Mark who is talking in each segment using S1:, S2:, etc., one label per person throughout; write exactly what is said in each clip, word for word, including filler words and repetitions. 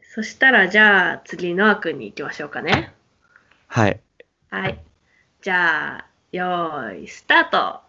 S1: そしたらじゃあ次ノア君に行きましょうかね。
S2: はい。
S1: はい。じゃあ、よーい、スタート。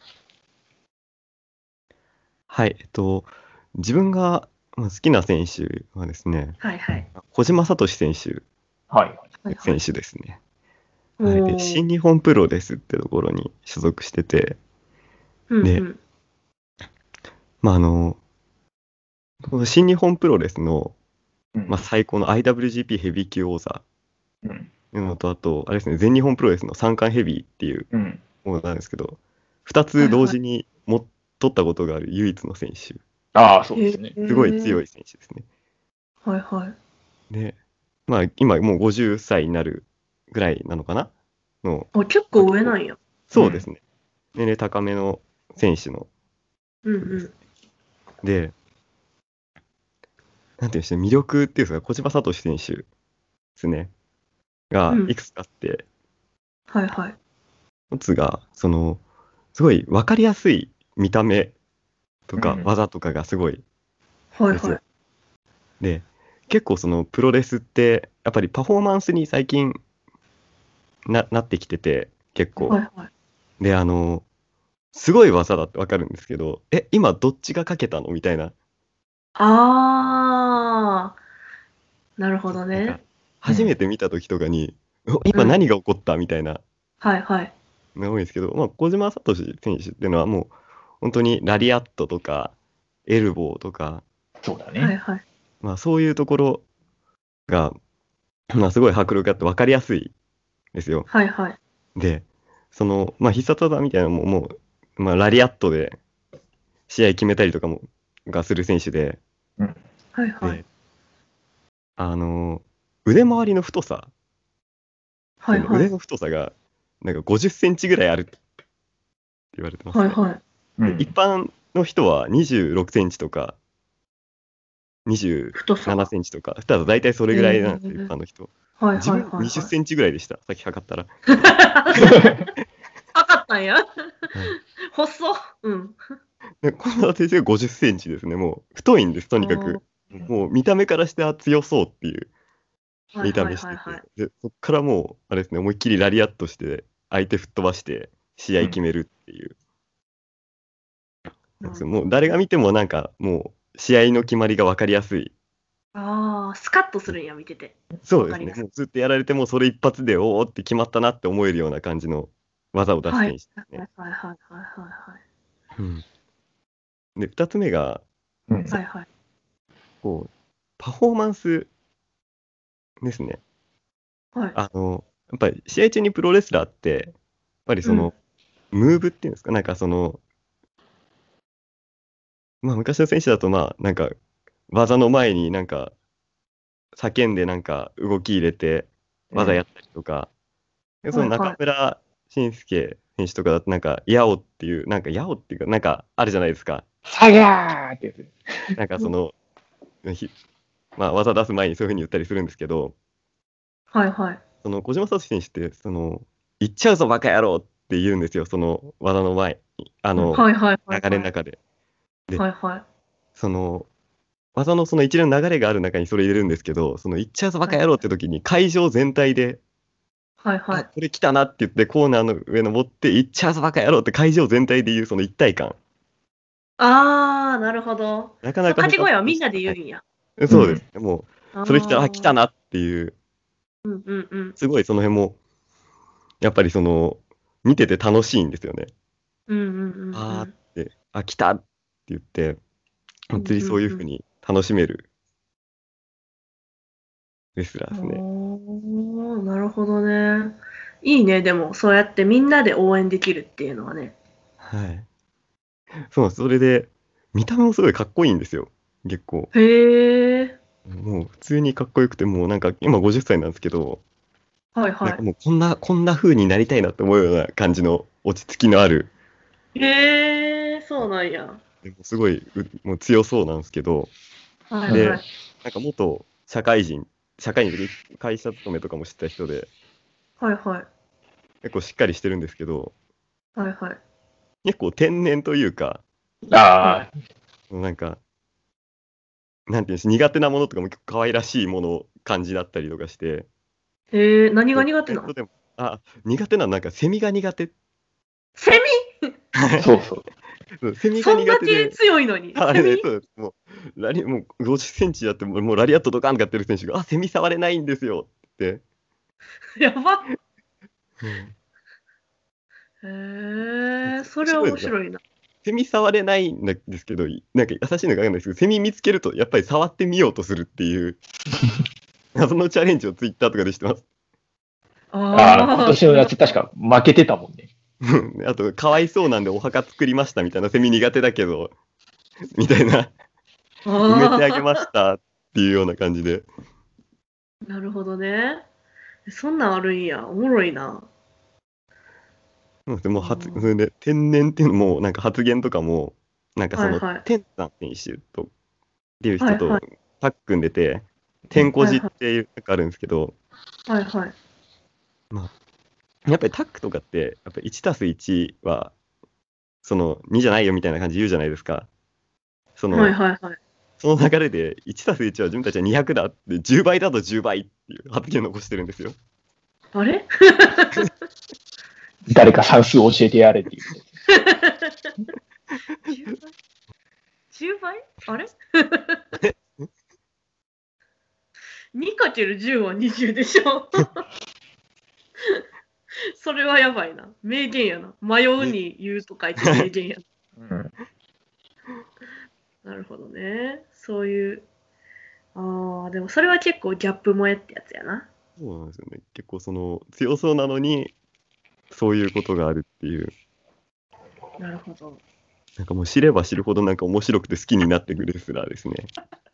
S2: はい。えっと、自分がまあ好きな選手はですね、
S1: はいはい。
S2: 小島聡選手、
S3: はい。
S1: はいはい。
S2: 選手ですね。
S1: お
S2: はい。で、
S1: ー
S2: 新日本プロレスってところに所属してて、で、
S1: うんうん。
S2: まあ、あの、この新日本プロレスの、
S3: うん
S2: まあ、最高の アイダブリュージーピー ヘビー級王座
S3: うん
S2: っていうのと、あと、あれですね、全日本プロレスの三冠ヘビーっていう
S3: うん
S2: ものなんですけど、二つ同時にも取ったことがある唯一の選手、
S3: ああ、そうですね。
S2: すごい強
S1: い。
S2: い選手ですね。
S1: はいはい。
S2: で、まあ、今もうごじゅっさいになるぐらいなのかなの、
S1: あ、結構上なんや。
S2: そうですね。年齢高めの選手の、
S1: うんうん。
S2: で、なんていうんでしょう、魅力っていうんですか、小島聡選手ですね、
S1: うん。
S2: がいくつかあって、
S1: はいはい。
S2: 一つが、その、すごい分かりやすい見た目とか
S3: うん
S2: 技とかがすごいですよ。
S1: はいはい。
S2: で、結構そのプロレスって、やっぱりパフォーマンスに最近な、なってきてて、結構。
S1: はいはい。
S2: で、あの、すごい技だって分かるんですけど、え、今どっちがかけたのみたいな。
S1: あー、なるほど
S2: なんか、
S1: ね。
S2: 初めて見た時とかに、お今
S1: うん。
S2: 何が起こったみたいな
S1: はいはい。
S2: のが多いんですけど、まあ、小島聡選手っていうのはもう、本当にラリアットとか、エルボーとか、
S3: そうだね。
S1: はいはい。
S2: まあ、そういうところが、まあ、すごい迫力あって分かりやすいですよ。
S1: はいはい。
S2: で、その、まあ、必殺技みたいなのも、もう、まあ、ラリアットで試合決めたりとかも、がする選手で、
S3: うん。
S1: はいはい。
S2: で、あの、腕回りの太さですよね。
S1: はいはい。
S2: 腕の太さが、なんかごじゅっセンチぐらいあるって言われてますね。
S1: はいはい。
S2: で、一
S3: うん。
S2: 般の人はにじゅうろくセンチとか、27
S1: 太さが。
S2: センチとか、ただ大体それ
S1: え
S2: ぐらいなんですよ、一
S1: ー、
S2: 般の人。
S1: はい
S2: 自分20
S1: はいはいはい。
S2: センチぐらいでした、さっき測ったら。
S1: 高かったんや。
S2: はい、
S1: 細っ。うん。
S2: で、小田先生がごじゅっセンチですね。もう太いんです、とにか
S1: あ
S2: く。もう見た目からしては強そうっていう
S1: ーはいはい
S2: 見た目して
S1: はいはい。
S2: て。で、そっからもう、あれですね、思いっきりラリアットして、相手吹っ飛ばして試合
S3: うん。
S2: 決めるっていう。なんかそ
S1: なる
S2: のもう誰が
S1: ほどね。
S2: 見てもなんかもう試合の決まりが分かりやすい。
S1: ああ、スカッとするんや、見てて。
S2: そうですね。
S1: わかりやすい。
S2: もうずっとやられてもそれ一発でおおって決まったなって思えるような感じの技を出す
S1: はい。
S2: 選手ですね。
S1: はいはいはいはいはい
S2: うん。で、二つ目が、
S3: うん。
S1: はい。はいはい。
S2: こう、パフォーマンスですね。
S1: はい。
S2: あの、やっぱり試合中にプロレスラーって、やっぱりそ
S1: うん。
S2: の、ムーブっていうんですか、なんかその、まあ昔の選手だとまあ、なんか、技の前になんか、叫んでなんか動き入れて
S3: うん
S2: 技やったりとか、でその中
S1: はいはい。
S2: 村慎介選手とかだとなんか、ヤオっていう、なんかヤオっていうか、なんかあるじゃないですか。
S3: サガーってやつ。
S2: なんかその、ひまあ技出す前にそういう風に言ったりするんですけど、
S1: はいはい。
S2: その小島聡選手って、その、行っちゃうぞバカ野郎って言うんですよ、その技の前に、あ
S3: うん。
S2: の、
S1: はいはいは
S2: 流
S1: いはい。
S2: れの中で。で、
S1: はいはい。
S2: その、技のその一連の流れがある中にそれ入れるんですけど、その行っちゃうぞバカ野郎って時に会場全体で、あ、
S1: はいはい。
S2: これ来たなって言ってコーナーの上登って行っちゃうぞバカ野郎って会場全体で言うその一体感。
S1: ああ、なるほど。その
S2: なかなか他
S1: 掛け声はみん
S2: の選手、は
S1: なで言うんや。
S2: い、そうです
S3: うん。
S2: ね。も
S1: あ
S2: う、それ来たら、あ、来た
S1: あ。
S2: なっていう、
S1: うんうんうん。
S2: すごいその辺も、やっぱりその、見てて楽しいんですよね。
S1: うんうんうんう
S2: あーっ
S1: ん。
S2: て、あ、来たって言って、
S1: うん
S2: 本当にそういう
S1: うん
S2: 風に楽しめるレスラー
S1: う
S2: ですね。
S1: ん。おー、なるほどね。いいね、でも、そうやってみんなで応援できるっていうのはね。
S2: はい。そうなんです。それで、見た目もすごいかっこいいんですよ。結構。
S1: へえ。
S2: もう普通にかっこよくて、もうなんか今ごじゅっさいなんですけど、なんか
S1: はいは
S2: もうこんな、こんな風になりたいなって思うような感じの落ち着きのある、
S1: い。へえ、そうなんや。
S2: でもすごいうもう強そうなんですけど、で、
S1: はいはい。
S2: なんか元社会人、社会人で会社勤めとかもしてた人で、
S1: はいはい。
S2: 結構しっかりしてるんですけど、
S1: はいはい。
S2: 結構天然というか、
S1: はい。
S3: ああ。
S2: なんか、 なんていうんです、苦手なものとかも結構可愛らしいもの感じだったりとかして。
S1: へえ、何が苦手なの？
S2: でもあ苦手なのなんかセミが苦手。
S1: セ
S3: そうそう。
S2: そうセミ
S1: ミそんだ
S2: が苦手で。
S1: け強いのに。
S2: あ
S1: セミ
S2: れねそうですもうラリもうごじゅっセンチやってもうもうラリアットドカンとかやってる選手があセミ触れないんですよって
S1: やば。
S2: 言って。
S1: へえ、それは面白いな。
S2: セミ触れないんですけど、なんか優しいのかわかんないですけど、セミ見つけるとやっぱり触ってみようとするっていう謎のチャレンジをツイッターとかでしてます。
S3: ああ、今
S1: あ
S3: 年の夏確か負けてたもんね。
S2: あと、かわいそうなんでお墓作りましたみたいな、セミ苦手だけど、みたいな、
S1: あ、
S2: 埋めてあげましたっていうような感じで。
S1: なるほどね。そんなんあるんや。おもろいな。
S2: でも発
S1: うん
S2: それで天然っていうのも、なんか発言とかも、なんかその、
S1: はいはい
S2: 天山選手とっていう人と
S1: はいはい
S2: タッグ組んでて、天小路っていうのがあるんですけど、
S1: はいはい。
S2: やっぱりタッグとかって、やっぱりいちたすいちは、そのにじゃないよみたいな感じで言うじゃないですか。その、
S1: はいはいはい。
S2: その流れでいちたすいちは自分たちはにひゃくだってじゅうばいだとじゅうばいっていう発言を残してるんですよ。
S1: あれ
S3: 誰か算数教えてやれっていう。
S1: じゅうばい ?じゅう 倍あれ にかけるじゅう はにじゅうでしょそれはやばいな。名言やな。迷うに言うと書いて名言やな。
S3: うん、
S1: なるほどね。そういう。ああ、でもそれは結構ギャップ萌えってやつやな。
S2: そうなんですよね。結構その強そうなのに、そういうことがあるっていう。
S1: なるほど。
S2: なんかもう知れば知るほどなんか面白くて好きになってくるレスラーですね。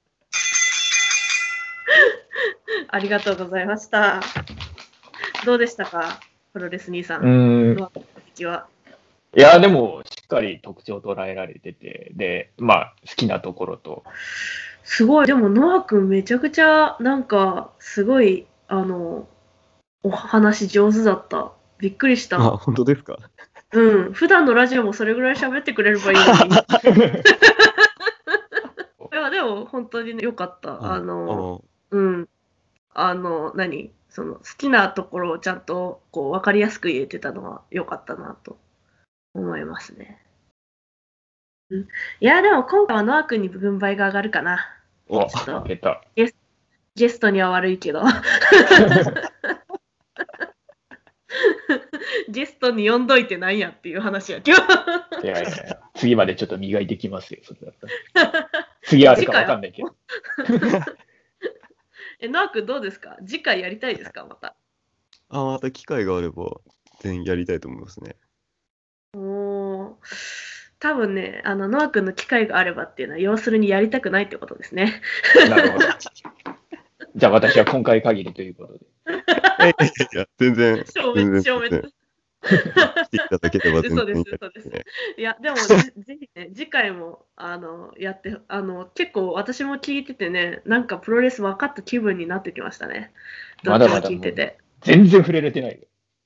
S1: ありがとうございました。どうでしたか、プロレス兄さん。
S3: うん
S1: ノアの時は。
S3: いや、でも、しっかり特徴捉えられてて、で、まあ、好きなところと。
S1: すごい。でも、ノア君めちゃくちゃ、なんか、すごい、あの、お話上手だった。びっくりし
S2: あ、
S1: た。
S2: 本当ですか。
S1: うん。普段のラジオもそれぐらい喋ってくれればいいのに。いや、でも、本当にね、よかった。あの、うん。あの、何その、好きなところをちゃんと、こう、わかりやすく言えてたのは良かったなと思いますね。うん、いや、でも今回はノア君に軍配が上がるかな。
S2: お
S1: ちょっと
S3: 出た。
S1: ゲストには悪いけど。ゲストに呼んどいてなんやっていう話やけど。
S3: いやいやいや、次までちょっと磨いてきますよ、それだったら。次あるかわかんないけど。
S1: え、ノア君どうですか？次回やりたいですか？また。
S2: あ、また機会があれば全然やりたいと思いますね。
S1: おー、多分ね、あのノア君の機会があればっていうのは要するにやりたくないってことですね。
S3: なるほど。じゃあ私は今回限りということで。
S2: いや全然
S1: 消
S2: 全然
S1: 滅、消滅。
S2: 来ていただければ全
S1: 嘘です、
S2: 然いい
S1: 嘘です。
S2: ね。
S1: いや、でもぜ、ぜひね、次回もあのやって、あの結構私も聞いててね、なんかプロレス分かった気分になってきましたね。どっちも
S3: まだまだ
S1: 聞いてて。
S3: 全然触れれてないよ。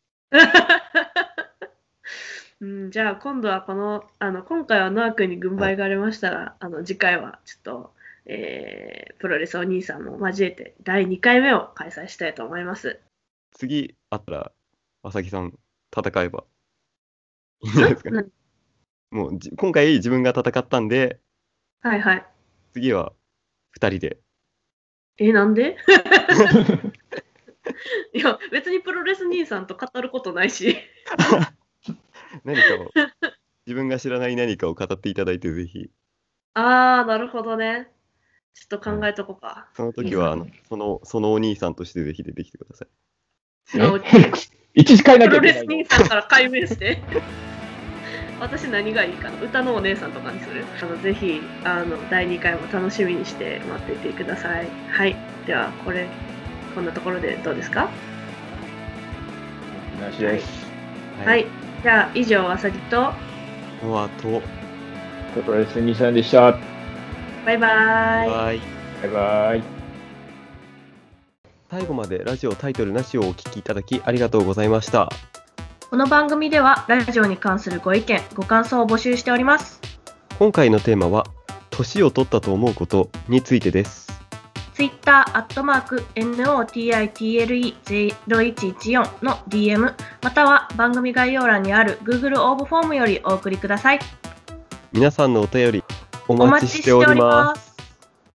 S1: うん、じゃあ今度はこの、あの今回はノア君に軍配がありましたら、あの次回はちょっと、えープロレスお兄さんも交えてだいにかいめを開催したいと思います。
S2: 次あったら、まさきさん戦えばいいんじゃないですかね。もうじ今回自分が戦ったんで、
S1: はいはい。
S2: 次はふたりで。
S1: え、なんでいや、別にプロレス兄さんと語ることないし。
S2: 何かを、自分が知らない何かを語っていただいて、ぜひ。
S1: あー、なるほどね。ちょっと考えとこうか。
S2: その時はあのその、そのお兄さんとしてぜひ出てきてください。
S1: あの
S3: 一時変えな
S1: プロレス
S3: きゃいけないの。
S1: 兄さんから解明して。私何がいいかな、歌のお姉さんとかにする。あのぜひあのだいにかいも楽しみにして待っていてください。はい。ではこれこんなところでどうですか？
S3: なしです。
S1: はい。じゃあ以上わさぎと
S2: ノアと、
S3: プロレスにさんでした。
S1: バイバーイ。
S2: バイ。
S3: バイバイ。
S2: 最後までラジオタイトルなしをお聞きいただきありがとうございました。
S1: この番組ではラジオに関するご意見ご感想を募集しております。
S2: 今回のテーマはト年を取ったと思うことについてです。
S1: ツイッターアットマーク エヌオーティーアイティーエルイーゼロいちいちよん の ディーエム または番組概要欄にある Google 応募フォームよりお送りください。
S2: 皆さんのお便りお待ちしております。